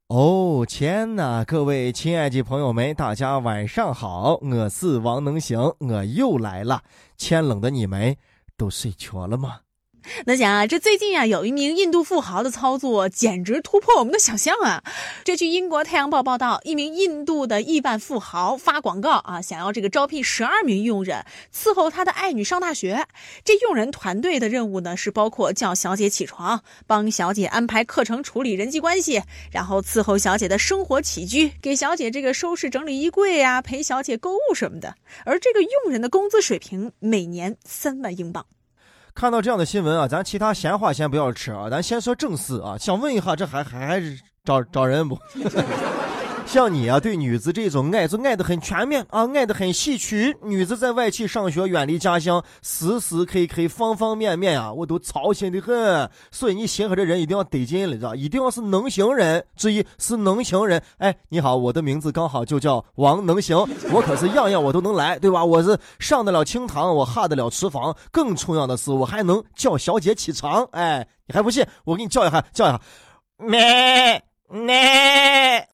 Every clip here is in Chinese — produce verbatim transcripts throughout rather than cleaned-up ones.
哦天哪，各位亲爱的朋友们，大家晚上好，我是王能行，我又来了。天冷的你们都睡着了吗？ 那想啊，这最近啊，有一名印度富豪的操作简直突破我们的想象啊！这据英国《太阳报》报道，一名印度的亿万富豪发广告啊，想要这个招聘十二名佣人伺候他的爱女上大学。这佣人团队的任务呢，是包括叫小姐起床，帮小姐安排课程，处理人际关系，然后伺候小姐的生活起居，给小姐这个收拾整理衣柜啊，陪小姐购物什么的。而这个佣人的工资水平每年三万英镑。 看到这样的新闻啊，咱其他闲话先不要吃啊，咱先说正事啊。想问一下，这还还还是找找人不？像你啊，对女子这种爱就爱得很全面啊，爱得很细曲。女子在外去上学，远离家乡，时时刻刻方方面面啊，我都操心的很。所以你寻合这人一定要得劲了，知道？一定要是能行人，注意是能行人。哎，你好，我的名字刚好就叫王能行，我可是样样我都能来，对吧？我是上得了厅堂，我下得了厨房，更重要的是我还能叫小姐起床。哎，你还不信？我给你叫一下，叫一下，咩咩。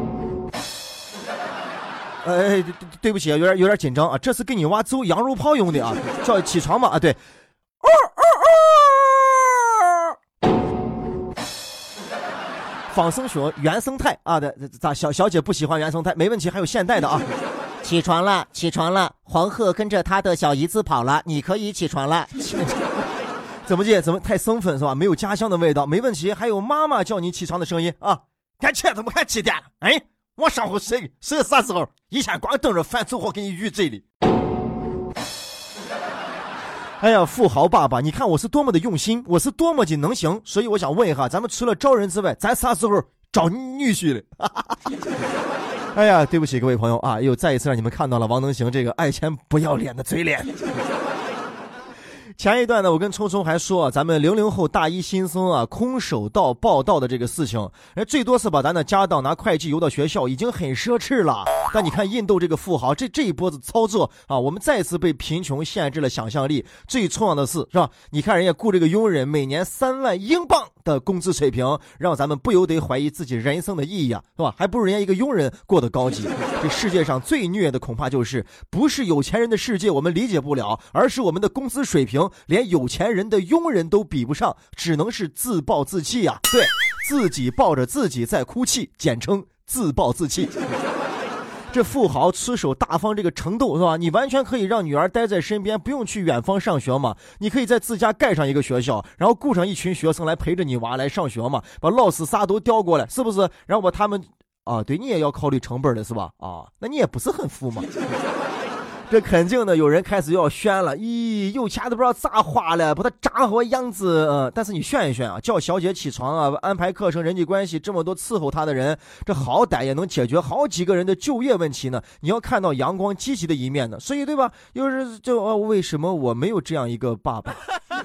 哎，对对不起啊，有点有点紧张啊，这是给你娃揍羊肉泡用的啊，叫起床嘛啊，对，哦哦哦，仿生学原生态啊的，咋小小姐不喜欢原生态？没问题，还有现代的啊。起床了，起床了，黄鹤跟着他的小姨子跑了，你可以起床了。怎么介？怎么太生分是吧？没有家乡的味道，没问题。还有妈妈叫你起床的声音啊，看起来怎么看几点了？哎。我上回睡睡啥时候？以前光等着饭走好给你预这里。哎呀，富豪爸爸，你看我是多么的用心，我是多么的能行，所以我想问一下，咱们除了招人之外，咱啥时候找女婿了？哎呀，对不起各位朋友啊，又再一次让你们看到了王能行这个爱钱不要脸的嘴脸。前一段呢，我跟聪聪还说、啊、咱们零零后大一新生啊，空手道报道的这个事情，最多是把咱的家当拿会计邮到学校，已经很奢侈了。但你看印度这个富豪，这这一波子操作啊，我们再次被贫穷限制了想象力。最重要的是，是吧？你看人家雇这个佣人，每年三万英镑的工资水平，让咱们不由得怀疑自己人生的意义啊，是吧？还不如人家一个佣人过得高级。这世界上最虐的恐怕就是不是有钱人的世界我们理解不了，而是我们的工资水平连有钱人的佣人都比不上，只能是自暴自弃啊！对，自己抱着自己在哭泣，简称自暴自弃。这富豪出手大方这个程度是吧？你完全可以让女儿待在身边，不用去远方上学嘛。你可以在自家盖上一个学校，然后雇上一群学生来陪着你娃来上学嘛，把老师啥都调过来，是不是？然后把他们啊，对你也要考虑成本的是吧？啊，那你也不是很富嘛。这肯定的，有人开始要炫了，咦，有钱都不知道咋花了，把它长好样子。嗯，但是你炫一炫啊，叫小姐起床啊，安排课程、人际关系，这么多伺候他的人，这好歹也能解决好几个人的就业问题呢。你要看到阳光积极的一面呢，所以对吧？又是就、哦、为什么我没有这样一个爸爸？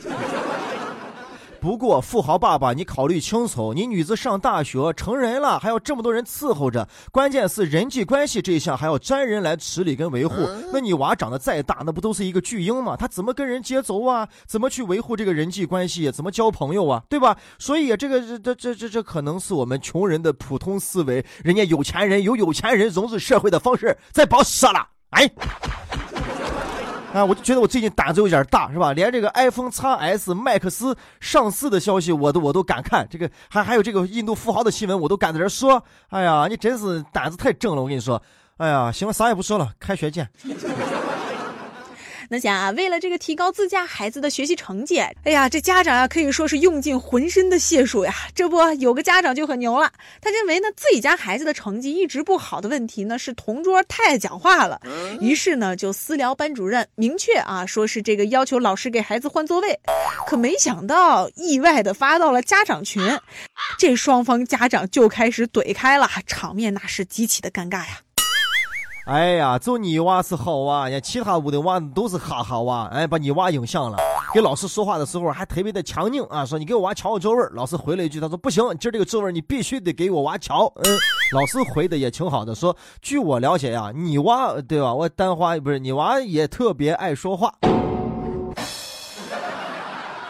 不过富豪爸爸，你考虑清楚，你女子上大学成人了，还要这么多人伺候着，关键是人际关系这一项还要专人来处理跟维护。那你娃长得再大，那不都是一个巨婴吗？他怎么跟人接走啊？怎么去维护这个人际关系？怎么交朋友啊？对吧？所以这个这这这这可能是我们穷人的普通思维，人家有钱人有有钱人融入社会的方式，再别说了，哎。啊，我就觉得我最近胆子有点大，是吧？连这个 iPhone X S Max 上市的消息我都我都敢看，这个还还有这个印度富豪的新闻我都敢在这说。哎呀，你真是胆子太正了，我跟你说。哎呀，行了，啥也不说了，开学见。 那想啊，为了这个提高自家孩子的学习成绩，哎呀，这家长啊可以说是用尽浑身的解数呀。这不，有个家长就很牛了，他认为呢自己家孩子的成绩一直不好的问题呢是同桌太爱讲话了，于是呢就私聊班主任，明确啊说是这个要求老师给孩子换座位。可没想到意外的发到了家长群，这双方家长就开始怼开了，场面那是极其的尴尬呀。 哎呀，就你娃是好娃，其他屋的娃都是哈哈娃，哎，把你娃影响了。给老师说话的时候还特别的强硬啊，说你给我娃瞧个座位。老师回了一句，他说不行，今儿这个座位你必须得给我娃瞧。嗯，老师回的也挺好的，说据我了解呀，你娃对吧？我单话不是你娃也特别爱说话。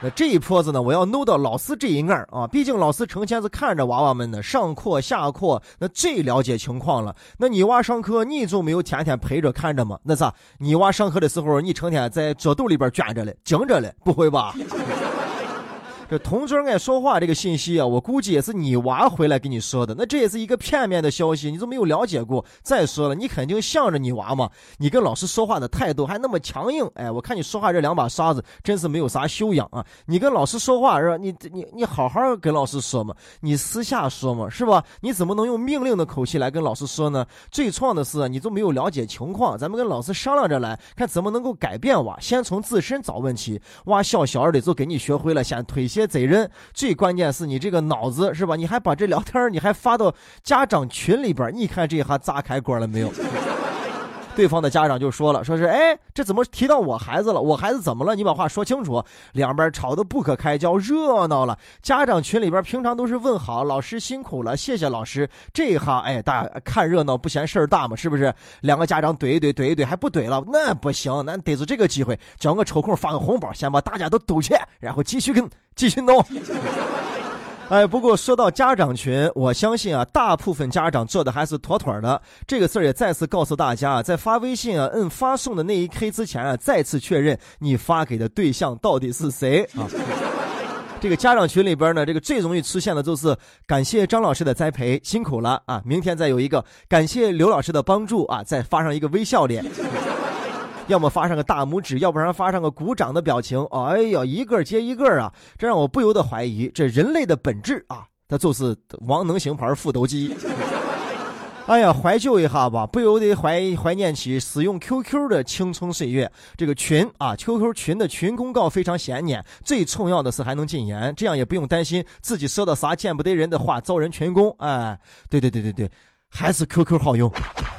那这一坡子呢，我要弄到老师这一案啊，毕竟老师成天是看着娃娃们呢，上课下课，那最了解情况了。那你娃上课，你就没有天天陪着看着吗？那啥，你娃上课的时候，你成天在桌兜里边卷着嘞，惊着嘞，不会吧？这同桌爱说话这个信息啊，我估计也是你娃回来给你说的，那这也是一个片面的消息，你都没有了解过。再说了，你肯定向着你娃嘛，你跟老师说话的态度还那么强硬，哎，我看你说话这两把刷子真是没有啥修养啊！你跟老师说话是吧？你你你好好跟老师说嘛，你私下说嘛，是吧？你怎么能用命令的口气来跟老师说呢？最创的是你都没有了解情况，咱们跟老师商量着来，看怎么能够改变娃，先从自身找问题。娃小小的就给你学会了先推卸责任，最关键是你这个脑子是吧？你还把这聊天你还发到家长群里边，你看这下炸开锅了没有？对方的家长就说了，说是哎，这怎么提到我孩子了？我孩子怎么了？你把话说清楚。两边吵得不可开交，热闹了。家长群里边平常都是问好，老师辛苦了，谢谢老师。这一下哎，大家看热闹不嫌事儿大嘛，是不是？两个家长怼一怼怼一怼还不怼了，那不行，咱逮住这个机会，找个抽空发个红包，先把大家都兜起来，然后继续跟继续弄。哎，不过说到家长群，我相信啊，大部分家长做的还是妥妥的。这个事儿也再次告诉大家，在发微信啊，摁发送的那一 K 之前啊，再次确认你发给的对象到底是谁啊。这个家长群里边呢，这个最容易出现的就是感谢张老师的栽培，辛苦了啊。明天再有一个感谢刘老师的帮助啊，再发上一个微笑脸。要么发上个大拇指，要不然发上个鼓掌的表情。哎呀，一个接一个啊，这让我不由得怀疑，这人类的本质啊，它就是王能行牌复斗机。哎呀，怀旧一下吧，不由得怀怀念起使用 Q Q 的青葱岁月。这个群啊 ，Q Q 群的群公告非常显眼，最重要的是还能禁言，这样也不用担心自己说到啥见不得人的话遭人群攻。哎，对对对对对，还是 Q Q 好用。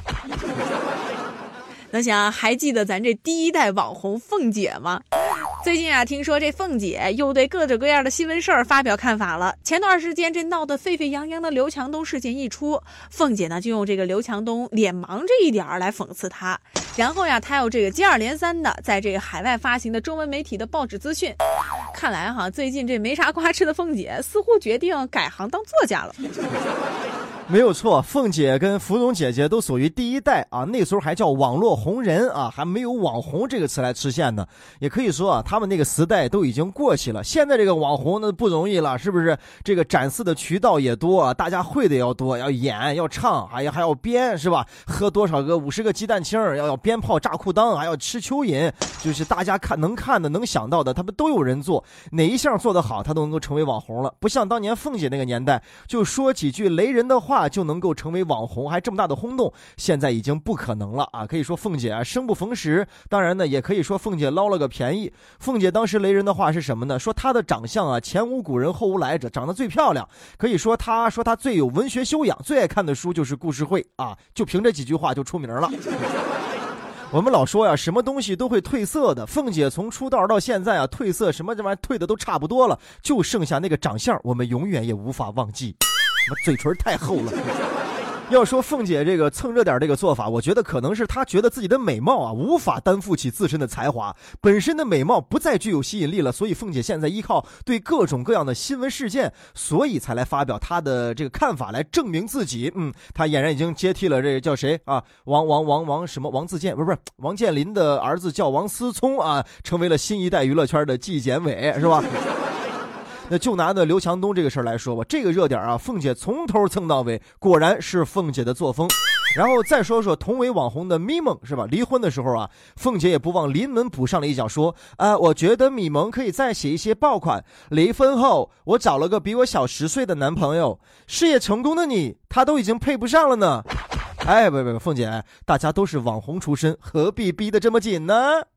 那想还记得咱这第一代网红凤姐吗？最近啊，听说这凤姐又对各种各样的新闻事儿发表看法了。前段时间这闹得沸沸扬扬的刘强东事件一出，凤姐呢就用这个刘强东脸盲这一点来讽刺他，然后呀，他又这个接二连三的在这个海外发行的中文媒体的报纸资讯。看来哈，最近这没啥瓜吃的凤姐似乎决定改行当作家了。 没有错，凤姐跟芙蓉姐姐都属于第一代啊，那时候还叫网络红人啊，还没有网红这个词来出现呢。也可以说啊，他们那个时代都已经过去了。现在这个网红那不容易了，是不是？这个展示的渠道也多啊，大家会的要多，要演要唱，还要还要编，是吧？喝多少个五十个鸡蛋清，要要鞭炮炸裤裆，还要吃蚯蚓，就是大家看能看的能想到的，他们都有人做，哪一项做得好，他都能够成为网红了。不像当年凤姐那个年代，就说几句雷人的话就能够成为网红，还这么大的轰动，现在已经不可能了啊！可以说凤姐啊生不逢时，当然呢，也可以说凤姐捞了个便宜。凤姐当时雷人的话是什么呢？说她的长相啊，前无古人后无来者，长得最漂亮。可以说她说她最有文学修养，最爱看的书就是故事会啊，就凭这几句话就出名了。我们老说呀，什么东西都会褪色的。凤姐从出道到现在啊，褪色什么这玩意儿褪的都差不多了，就剩下那个长相，我们永远也无法忘记。嘴唇太厚了。要说凤姐这个蹭热点这个做法，我觉得可能是她觉得自己的美貌啊无法担负起自身的才华，本身的美貌不再具有吸引力了，所以凤姐现在依靠对各种各样的新闻事件，所以才来发表她的这个看法来证明自己。嗯，她俨然已经接替了这个叫谁啊？王王王王什么王自健，不是不是王健林的儿子叫王思聪啊，成为了新一代娱乐圈的纪检委，是吧？那就拿那刘强东这个事儿来说吧，这个热点啊，凤姐从头蹭到尾，果然是凤姐的作风。然后再说说同为网红的咪蒙，是吧？离婚的时候啊，凤姐也不忘临门补上了一脚，说啊、呃，我觉得咪蒙可以再写一些爆款。离婚后，我找了个比我小十岁的男朋友，事业成功的你，他都已经配不上了呢。哎，不不不，凤姐，大家都是网红出身，何必逼得这么紧呢？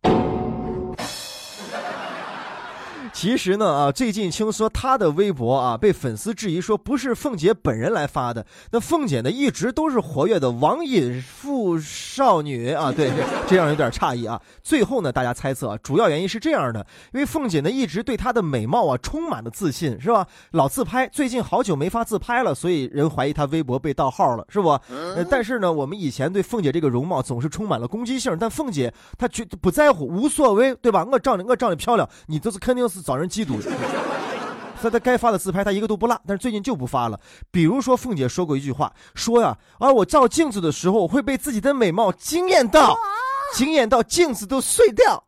其实呢啊，最近听说他的微博啊被粉丝质疑说不是凤姐本人来发的。那凤姐呢一直都是活跃的网瘾妇少女啊，对，这样有点诧异啊。最后呢，大家猜测啊，主要原因是这样的，因为凤姐呢一直对她的美貌啊充满了自信，是吧？老自拍，最近好久没发自拍了，所以人怀疑她微博被盗号了，是不？呃，但是呢，我们以前对凤姐这个容貌总是充满了攻击性，但凤姐她绝不在乎，无所谓，对吧？我长得我长得漂亮，你都是肯定是遭人嫉妒的。所以他该发的自拍他一个都不落，但是最近就不发了。比如说凤姐说过一句话，说呀，而我照镜子的时候会被自己的美貌惊艳到，惊艳到镜子都碎掉。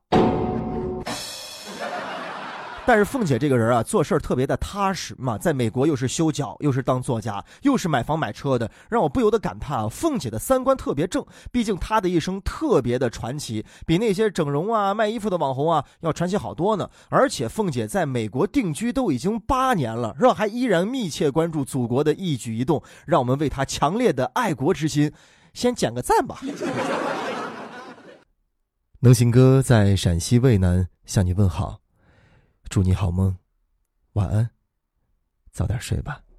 但是凤姐这个人啊，做事特别的踏实嘛，在美国又是修脚，又是当作家，又是买房买车的，让我不由得感叹啊，凤姐的三观特别正。毕竟她的一生特别的传奇，比那些整容啊、卖衣服的网红啊要传奇好多呢。而且凤姐在美国定居都已经八年了，是吧？还依然密切关注祖国的一举一动，让我们为她强烈的爱国之心先点个赞吧。能行哥在陕西渭南向你问好。祝你好梦，晚安，早点睡吧。